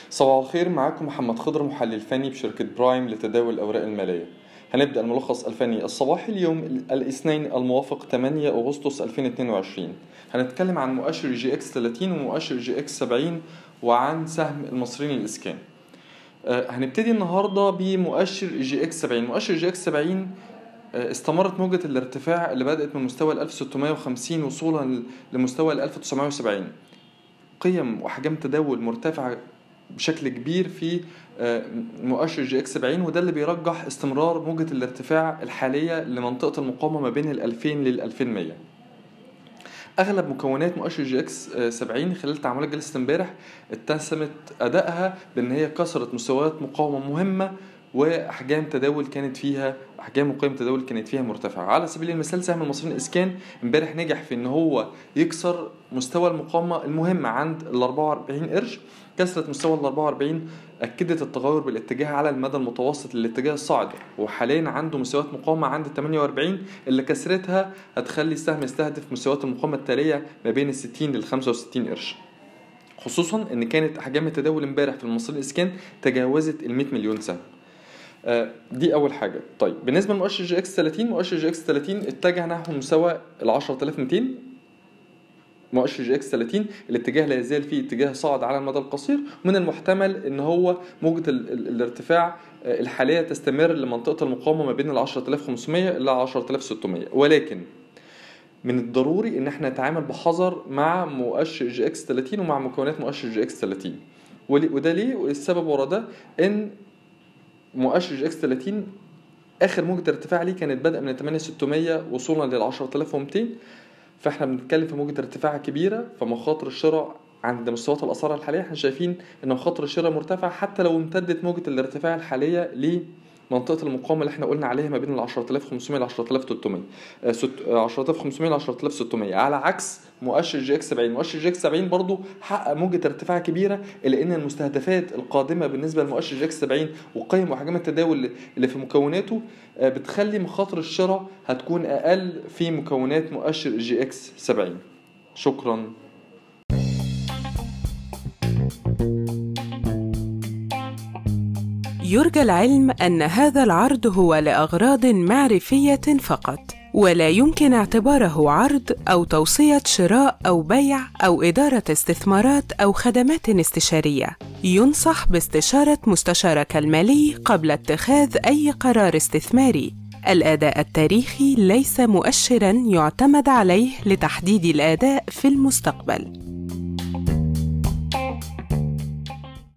صباح الخير، معاكم محمد خضر، محلل فني بشركة برايم لتداول الأوراق المالية. هنبدأ الملخص الفني الصباحي اليوم الاثنين الموافق 8 أغسطس 2022. هنتكلم عن مؤشر جي اكس 30 ومؤشر جي اكس 70 وعن سهم المصريين للإسكان. هنبتدي النهاردة بمؤشر جي اكس 70. مؤشر جي اكس 70 استمرت موجة الارتفاع اللي بدأت من مستوى 1650 وصولا لمستوى 1970. قيم وأحجام تداول مرتفعة بشكل كبير في مؤشر جي اكس 70، وده اللي بيرجح استمرار موجة الارتفاع الحالية لمنطقة المقاومة ما بين 2000 لل 2100. أغلب مكونات مؤشر جي اكس 70 خلال تعاملات جلسة امبارح اتسمت أدائها بأن هي كسرت مستويات مقاومة مهمة، واحجام تداول كانت فيها احجام وقيم تداول كانت فيها مرتفعه. على سبيل المثال سهم المصريين الاسكان امبارح نجح في ان هو يكسر مستوى المقاومه المهم عند ال 44 قرش. كسرت مستوى ال 44 اكدت التغير بالاتجاه على المدى المتوسط للاتجاه الصاعد، وحاليا عنده مستويات مقاومه عند 48 اللي كسرتها هتخلي السهم يستهدف مستويات المقاومه التاليه ما بين ال 60 لل 65 قرش، خصوصا ان كانت احجام التداول امبارح في المصريين الاسكان تجاوزت ال 100 مليون سهم. دي اول حاجه. طيب بالنسبه لمؤشر جي اكس 30، مؤشر جي اكس 30 اتجه نحو مستوى ال 10200. مؤشر جي اكس 30 الاتجاه لا يزال فيه اتجاه صاعد على المدى القصير، ومن المحتمل ان هو موجة الارتفاع الحاليه تستمر لمنطقه المقاومه ما بين ال 10500 الى 10600، ولكن من الضروري ان احنا نتعامل بحذر مع مؤشر جي اكس 30 ومع مكونات مؤشر جي اكس 30. وده ليه؟ والسبب ورا ده ان مؤشر جي اكس 30 اخر موجة ارتفاع ليه كانت بدأ من 8600 وصولا لل 10200، فاحنا بنتكلم في موجة ارتفاع كبيرة. فمخاطر الشراء عند مستويات الاسعار الحالية احنا شايفين ان مخاطر الشراء مرتفعة حتى لو امتدت موجة الارتفاع الحالية لمنطقة المقاومة اللي احنا قلنا عليها ما بين ال 10500 ل 10300 10500 ل 10600، على عكس مؤشر جي اكس 70. مؤشر جي اكس 70 برضو حقق موجة ارتفاع كبيرة، الا ان المستهدفات القادمة بالنسبة لمؤشر جي اكس 70 وقيم واحجام التداول اللي في مكوناته بتخلي مخاطر الشراء هتكون اقل في مكونات مؤشر جي اكس 70. شكرا. يرجى العلم أن هذا العرض هو لأغراض معرفية فقط، ولا يمكن اعتباره عرض أو توصية شراء أو بيع أو إدارة استثمارات أو خدمات استشارية. ينصح باستشارة مستشارك المالي قبل اتخاذ أي قرار استثماري. الأداء التاريخي ليس مؤشراً يعتمد عليه لتحديد الأداء في المستقبل.